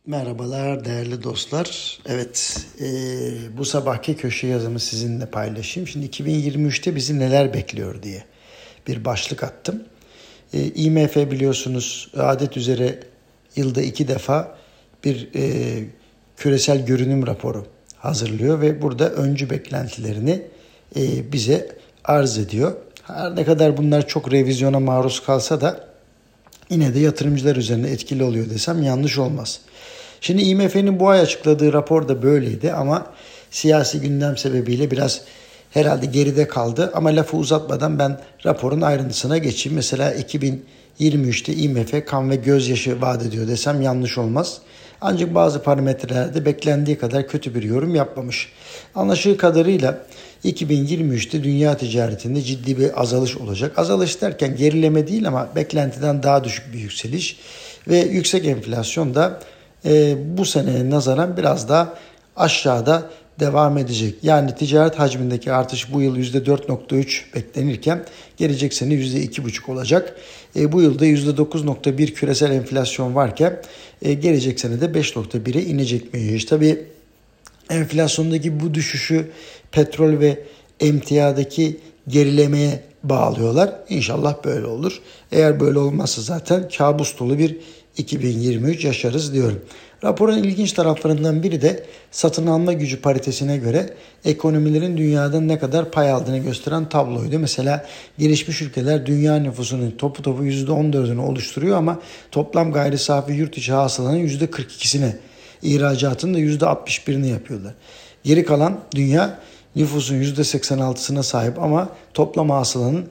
Merhabalar değerli dostlar. Evet, bu sabahki köşe yazımı sizinle paylaşayım. Şimdi 2023'te bizi neler bekliyor diye bir başlık attım. IMF biliyorsunuz adet üzere yılda 2 defa bir küresel görünüm raporu hazırlıyor ve burada öncü beklentilerini bize arz ediyor. Her ne kadar bunlar çok revizyona maruz kalsa da yine de yatırımcılar üzerine etkili oluyor desem yanlış olmaz. Şimdi IMF'nin bu ay açıkladığı rapor da böyleydi ama siyasi gündem sebebiyle biraz herhalde geride kaldı. Ama lafı uzatmadan ben raporun ayrıntısına geçeyim. Mesela 2023'te IMF kan ve gözyaşı vaat ediyor desem yanlış olmaz. Ancak bazı parametrelerde beklendiği kadar kötü bir yorum yapmamış. Anlaşıldığı kadarıyla 2023'te dünya ticaretinde ciddi bir azalış olacak. Azalış derken gerileme değil ama beklentiden daha düşük bir yükseliş ve yüksek enflasyon da bu seneye nazaran biraz daha aşağıda devam edecek. Yani ticaret hacmindeki artış bu yıl %4.3 beklenirken gelecek sene %2.5 olacak. Bu yılda %9.1 küresel enflasyon varken gelecek sene de 5.1'e inecek mi? Tabii enflasyondaki bu düşüşü petrol ve emtiadaki gerilemeye bağlıyorlar. İnşallah böyle olur. Eğer böyle olmazsa zaten kabus dolu bir 2023 yaşarız diyorum. Raporun ilginç taraflarından biri de satın alma gücü paritesine göre ekonomilerin dünyada ne kadar pay aldığını gösteren tabloydu. Mesela gelişmiş ülkeler dünya nüfusunun topu %14'ünü oluşturuyor ama toplam gayri safi yurt içi hasılanın %42'sini, ihracatın da %61'ini yapıyorlar. Geri kalan dünya nüfusun %86'sına sahip ama toplam hasılanın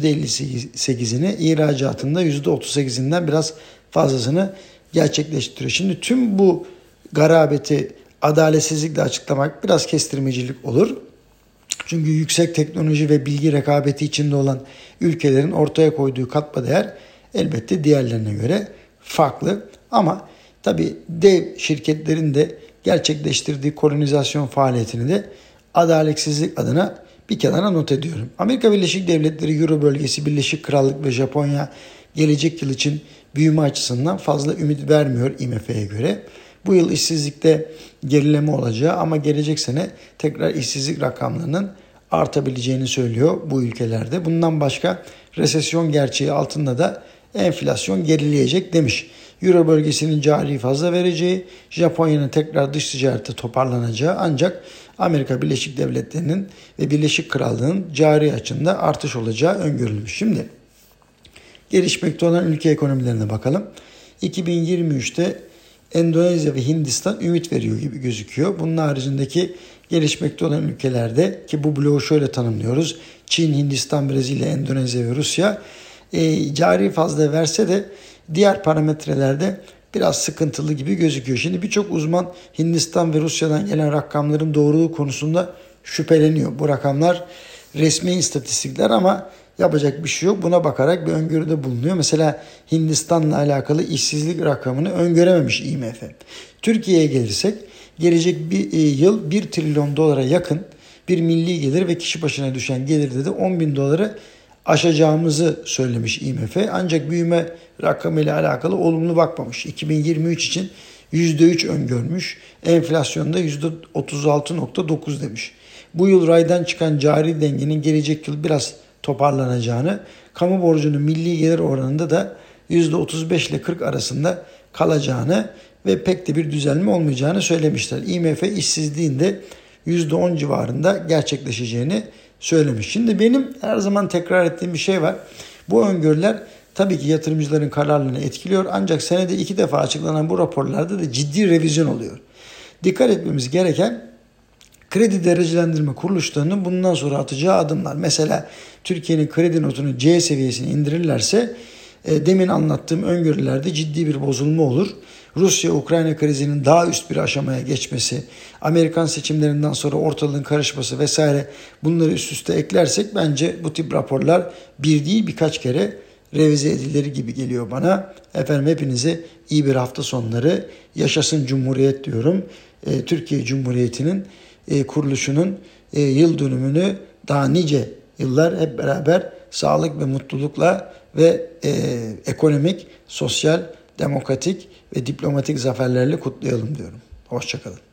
%58'ini, ihracatın da %38'inden biraz fazlasını gerçekleştiriyor. Şimdi tüm bu garabeti adaletsizlikle açıklamak biraz kestirmecilik olur. Çünkü yüksek teknoloji ve bilgi rekabeti içinde olan ülkelerin ortaya koyduğu katma değer elbette diğerlerine göre farklı. Ama tabii dev şirketlerin de gerçekleştirdiği kolonizasyon faaliyetini de adaletsizlik adına bir kenara not ediyorum. Amerika Birleşik Devletleri, Euro bölgesi, Birleşik Krallık ve Japonya gelecek yıl için büyüme açısından fazla ümit vermiyor IMF'ye göre. Bu yıl işsizlikte gerileme olacağı ama gelecek sene tekrar işsizlik rakamlarının artabileceğini söylüyor bu ülkelerde. Bundan başka resesyon gerçeği altında da enflasyon gerileyecek demiş. Euro bölgesinin cari fazla vereceği, Japonya'nın tekrar dış ticarette toparlanacağı ancak Amerika Birleşik Devletleri'nin ve Birleşik Krallığı'nın cari açığında artış olacağı öngörülmüş. Şimdi gelişmekte olan ülke ekonomilerine bakalım. 2023'te Endonezya ve Hindistan ümit veriyor gibi gözüküyor. Bunun haricindeki gelişmekte olan ülkelerde ki bu bloğu şöyle tanımlıyoruz. Çin, Hindistan, Brezilya, Endonezya ve Rusya cari fazla verse de diğer parametrelerde biraz sıkıntılı gibi gözüküyor. Şimdi birçok uzman Hindistan ve Rusya'dan gelen rakamların doğruluğu konusunda şüpheleniyor. Bu rakamlar resmi istatistikler ama yapacak bir şey yok. Buna bakarak bir öngörüde bulunuyor. Mesela Hindistan'la alakalı işsizlik rakamını öngörememiş IMF. Türkiye'ye gelirsek gelecek bir yıl 1 trilyon dolara yakın bir milli gelir ve kişi başına düşen gelirde de 10 bin doları aşacağımızı söylemiş IMF. Ancak büyüme rakamıyla alakalı olumlu bakmamış. 2023 için %3 öngörmüş. Enflasyonda %36.9 demiş. Bu yıl raydan çıkan cari dengenin gelecek yıl biraz toparlanacağını, kamu borcunun milli gelir oranında da %35 ile 40 arasında kalacağını ve pek de bir düzelme olmayacağını söylemişler. IMF işsizliğin de %10 civarında gerçekleşeceğini söylemiş. Şimdi benim her zaman tekrar ettiğim bir şey var. Bu öngörüler tabii ki yatırımcıların kararlarını etkiliyor ancak senede 2 defa açıklanan bu raporlarda da ciddi revizyon oluyor. Dikkat etmemiz gereken kredi derecelendirme kuruluşlarının bundan sonra atacağı adımlar. Mesela Türkiye'nin kredi notunu C seviyesine indirirlerse demin anlattığım öngörülerde ciddi bir bozulma olur. Rusya-Ukrayna krizinin daha üst bir aşamaya geçmesi, Amerikan seçimlerinden sonra ortalığın karışması vesaire bunları üst üste eklersek bence bu tip raporlar bir değil birkaç kere revize edilir gibi geliyor bana. Efendim hepinize iyi bir hafta sonları. Yaşasın Cumhuriyet diyorum. Türkiye Cumhuriyeti'nin kuruluşunun yıl dönümünü daha nice yıllar hep beraber sağlık ve mutlulukla ve ekonomik, sosyal demokratik ve diplomatik zaferlerle kutlayalım diyorum. Hoşça kalın.